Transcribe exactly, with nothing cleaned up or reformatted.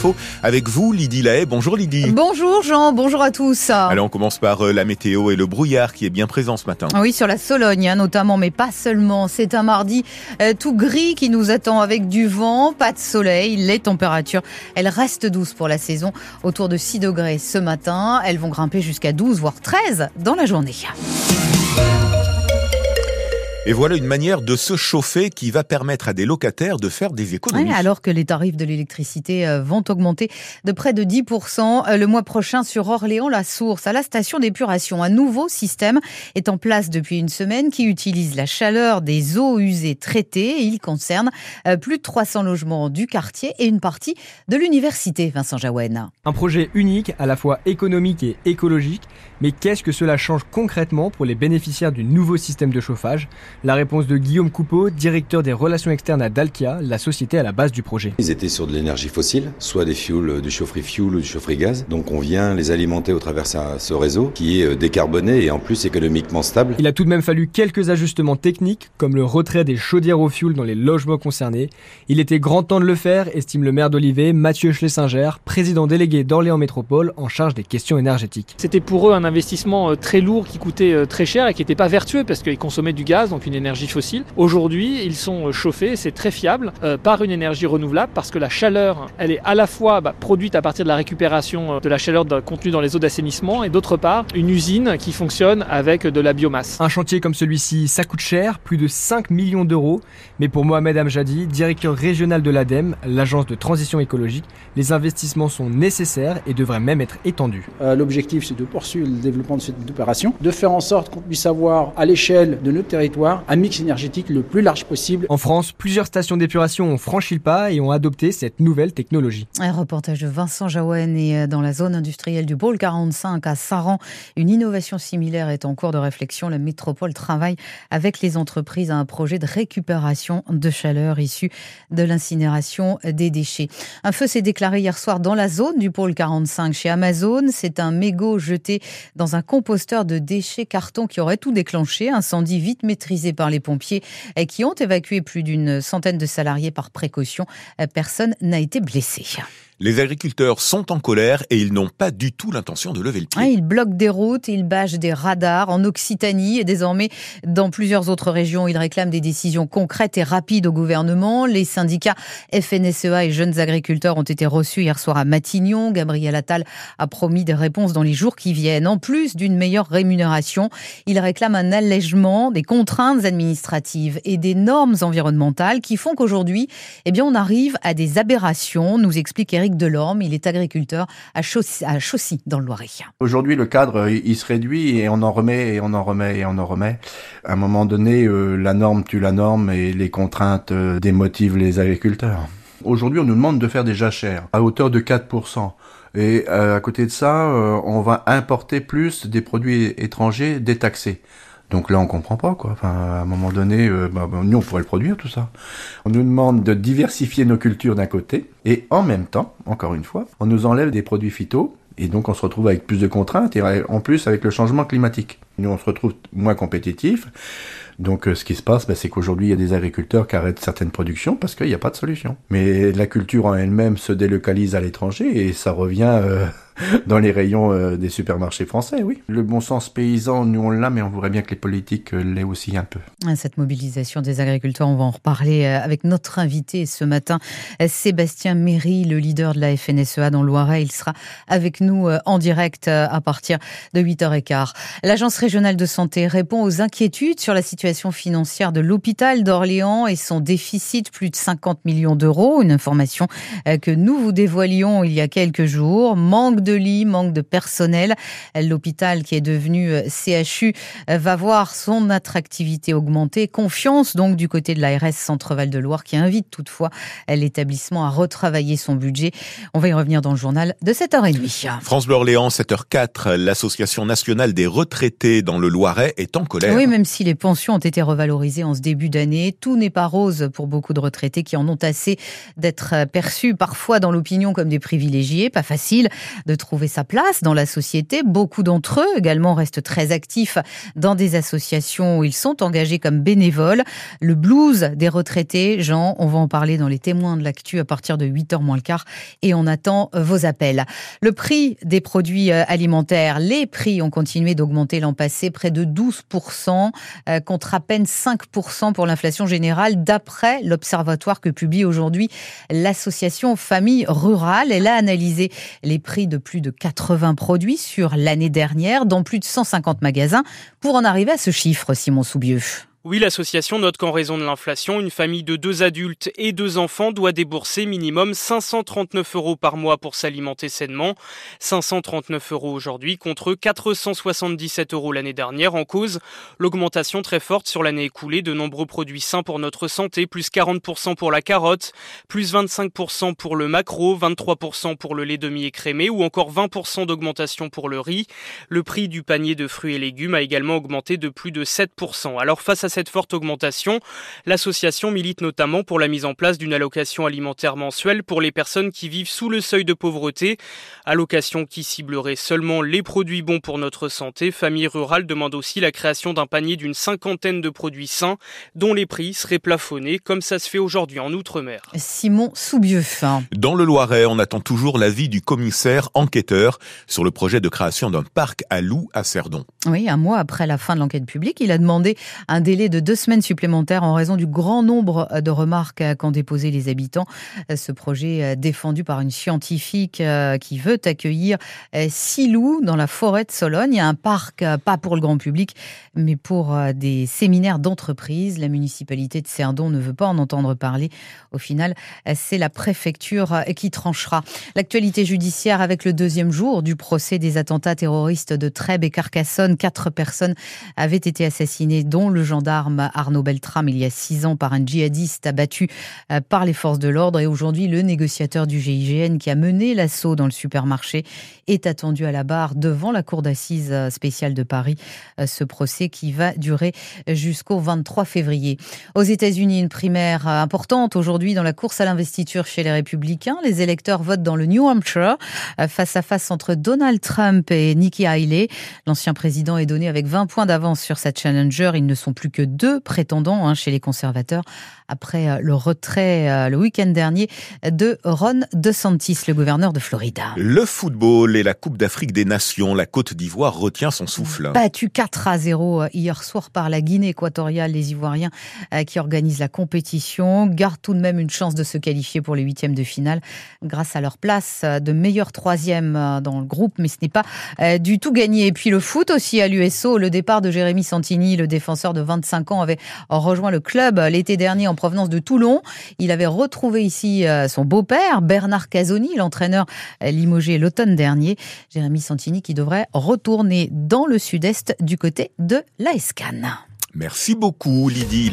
infos avec vous, Lydie Lahaye. Bonjour Lydie. Bonjour Jean, bonjour à tous. Allez, on commence par la météo et le brouillard qui est bien présent ce matin. Oui, sur la Sologne hein, notamment, mais pas seulement. C'est un mardi euh, tout gris qui nous attend avec du vent, pas de soleil. Les températures, elles restent douces pour la saison, autour de six degrés ce matin. Elles vont grimper jusqu'à douze, voire treize dans la journée. Et voilà une manière de se chauffer qui va permettre à des locataires de faire des économies. Oui, alors que les tarifs de l'électricité vont augmenter de près de dix pour cent le mois prochain sur Orléans-la-Source. À la station d'épuration, un nouveau système est en place depuis une semaine qui utilise la chaleur des eaux usées traitées. Il concerne plus de trois cents logements du quartier et une partie de l'université. Vincent Jaouen. Un projet unique, à la fois économique et écologique. Mais qu'est-ce que cela change concrètement pour les bénéficiaires du nouveau système de chauffage ? La réponse de Guillaume Coupeau, directeur des relations externes à Dalkia, la société à la base du projet. Ils étaient sur de l'énergie fossile, soit des fuels, du chaufferie fuel ou du chaufferie gaz. Donc on vient les alimenter au travers de ce réseau qui est décarboné et en plus économiquement stable. Il a tout de même fallu quelques ajustements techniques, comme le retrait des chaudières au fioul dans les logements concernés. Il était grand temps de le faire, estime le maire d'Olivet, Mathieu Schlesinger, président délégué d'Orléans Métropole en charge des questions énergétiques. C'était pour eux un investissement très lourd qui coûtait très cher et qui n'était pas vertueux parce qu'ils consommaient du gaz, donc une énergie fossile. Aujourd'hui, ils sont chauffés, c'est très fiable, euh, par une énergie renouvelable parce que la chaleur, elle est à la fois bah, produite à partir de la récupération de la chaleur contenue dans les eaux d'assainissement et d'autre part, une usine qui fonctionne avec de la biomasse. Un chantier comme celui-ci, ça coûte cher, plus de cinq millions d'euros. Mais pour Mohamed Amjadi, directeur régional de l'ADEME, l'agence de transition écologique, les investissements sont nécessaires et devraient même être étendus. Euh, l'objectif, c'est de poursuivre le développement de cette opération, de faire en sorte qu'on puisse avoir à l'échelle de notre territoire un mix énergétique le plus large possible. En France, plusieurs stations d'épuration ont franchi le pas et ont adopté cette nouvelle technologie. Un reportage de Vincent Jaouen et dans la zone industrielle du pôle quarante-cinq à Saran. Une innovation similaire est en cours de réflexion. La métropole travaille avec les entreprises à un projet de récupération de chaleur issue de l'incinération des déchets. Un feu s'est déclaré hier soir dans la zone du pôle quarante-cinq chez Amazon. C'est un mégot jeté dans un composteur de déchets carton qui aurait tout déclenché. Incendie vite maîtrisé par les pompiers qui ont évacué plus d'une centaine de salariés par précaution. Personne n'a été blessé. Les agriculteurs sont en colère et ils n'ont pas du tout l'intention de lever le pied. Ils bloquent des routes, ils bâchent des radars en Occitanie et désormais dans plusieurs autres régions. Ils réclament des décisions concrètes et rapides au gouvernement. Les syndicats F N S E A et Jeunes Agriculteurs ont été reçus hier soir à Matignon. Gabriel Attal a promis des réponses dans les jours qui viennent. En plus d'une meilleure rémunération, ils réclament un allègement des contraintes administratives et des normes environnementales qui font qu'aujourd'hui, eh bien, on arrive à des aberrations, nous explique Éric Delorme, il est agriculteur à Chaussy, à Chaussy dans le Loiret. Aujourd'hui, le cadre, il se réduit et on en remet et on en remet et on en remet. À un moment donné, euh, la norme tue la norme et les contraintes euh, démotivent les agriculteurs. Aujourd'hui, on nous demande de faire des jachères à hauteur de quatre pour cent. Et euh, à côté de ça, euh, on va importer plus des produits étrangers détaxés. Donc là, on comprend pas, quoi. Enfin, à un moment donné, euh, bah, bah, nous, on pourrait le produire, tout ça. On nous demande de diversifier nos cultures d'un côté, et en même temps, encore une fois, on nous enlève des produits phyto, et donc on se retrouve avec plus de contraintes, et en plus avec le changement climatique. Nous, on se retrouve moins compétitifs. Donc, euh, ce qui se passe, bah, c'est qu'aujourd'hui, il y a des agriculteurs qui arrêtent certaines productions parce qu'il n'y a pas de solution. Mais la culture en elle-même se délocalise à l'étranger, et ça revient... Euh dans les rayons euh, des supermarchés français, oui. Le bon sens paysan, nous on l'a, mais on voudrait bien que les politiques euh, l'aient aussi un peu. Cette mobilisation des agriculteurs, on va en reparler avec notre invité ce matin, Sébastien Méry, le leader de la F N S E A dans le Loiret. Il sera avec nous en direct à partir de huit heures quinze. L'Agence régionale de santé répond aux inquiétudes sur la situation financière de l'hôpital d'Orléans et son déficit, plus de cinquante millions d'euros. Une information que nous vous dévoilions il y a quelques jours. Manque de lits, manque de personnel. L'hôpital qui est devenu C H U va voir son attractivité augmenter. Confiance donc du côté de l'A R S Centre-Val de Loire qui invite toutefois l'établissement à retravailler son budget. On va y revenir dans le journal de sept heures trente. France Bleu Orléans, sept heures quatre. L'Association nationale des retraités dans le Loiret est en colère. Oui, même si les pensions ont été revalorisées en ce début d'année, tout n'est pas rose pour beaucoup de retraités qui en ont assez d'être perçus parfois dans l'opinion comme des privilégiés. Pas facile de de trouver sa place dans la société. Beaucoup d'entre eux également restent très actifs dans des associations où ils sont engagés comme bénévoles. Le blues des retraités, Jean, on va en parler dans les témoins de l'actu à partir de huit heures moins le quart et on attend vos appels. Le prix des produits alimentaires, les prix ont continué d'augmenter l'an passé, près de douze pour cent, contre à peine cinq pour cent pour l'inflation générale, d'après l'observatoire que publie aujourd'hui l'association Famille Rurale. Elle a analysé les prix de plus de quatre-vingts produits sur l'année dernière dans plus de cent cinquante magasins pour en arriver à ce chiffre, Simon Soubieux. Oui, l'association note qu'en raison de l'inflation, une famille de deux adultes et deux enfants doit débourser minimum cinq cent trente-neuf euros par mois pour s'alimenter sainement. cinq cent trente-neuf euros aujourd'hui contre quatre cent soixante-dix-sept euros l'année dernière. En cause, l'augmentation très forte sur l'année écoulée de nombreux produits sains pour notre santé, plus quarante pour cent pour la carotte, plus vingt-cinq pour cent pour le maquereau, vingt-trois pour cent pour le lait demi-écrémé ou encore vingt pour cent d'augmentation pour le riz. Le prix du panier de fruits et légumes a également augmenté de plus de sept pour cent. Alors face à cette forte augmentation, l'association milite notamment pour la mise en place d'une allocation alimentaire mensuelle pour les personnes qui vivent sous le seuil de pauvreté. Allocation qui ciblerait seulement les produits bons pour notre santé. Famille Rurale demande aussi la création d'un panier d'une cinquantaine de produits sains dont les prix seraient plafonnés comme ça se fait aujourd'hui en Outre-mer. Simon Soubieux. Dans le Loiret, on attend toujours l'avis du commissaire enquêteur sur le projet de création d'un parc à loups à Cerdon. Oui, un mois après la fin de l'enquête publique, il a demandé un délai de deux semaines supplémentaires en raison du grand nombre de remarques qu'ont déposé les habitants. Ce projet défendu par une scientifique qui veut accueillir six loups dans la forêt de Sologne. Un parc pas pour le grand public, mais pour des séminaires d'entreprise. La municipalité de Cerdon ne veut pas en entendre parler. Au final, c'est la préfecture qui tranchera. L'actualité judiciaire avec le deuxième jour du procès des attentats terroristes de Trèbes et Carcassonne. Quatre personnes avaient été assassinées, dont le gendarme Arnaud Beltrame il y a six ans par un djihadiste abattu par les forces de l'ordre. Et aujourd'hui, le négociateur du G I G N qui a mené l'assaut dans le supermarché est attendu à la barre devant la cour d'assises spéciale de Paris. Ce procès qui va durer jusqu'au vingt-trois février. Aux États-Unis, une primaire importante aujourd'hui dans la course à l'investiture chez les Républicains. Les électeurs votent dans le New Hampshire face à face entre Donald Trump et Nikki Haley. L'ancien président est donné avec vingt points d'avance sur sa challenger. Ils ne sont plus que deux prétendants hein, chez les conservateurs après le retrait euh, le week-end dernier de Ron DeSantis, le gouverneur de Florida. Le football et la Coupe d'Afrique des Nations, la Côte d'Ivoire retient son souffle. Battu quatre à zéro hier soir par la Guinée équatoriale, les Ivoiriens euh, qui organisent la compétition gardent tout de même une chance de se qualifier pour les huitièmes de finale grâce à leur place de meilleur troisième dans le groupe, mais ce n'est pas euh, du tout gagné. Et puis le foot aussi à l'U S O, le départ de Jérémy Santini, le défenseur de vingt-cinq ans, avait rejoint le club l'été dernier en provenance de Toulon. Il avait retrouvé ici son beau-père, Bernard Casoni, l'entraîneur limogé l'automne dernier. Jérémy Santini qui devrait retourner dans le sud-est du côté de l'A S Cannes. Merci beaucoup Lydie.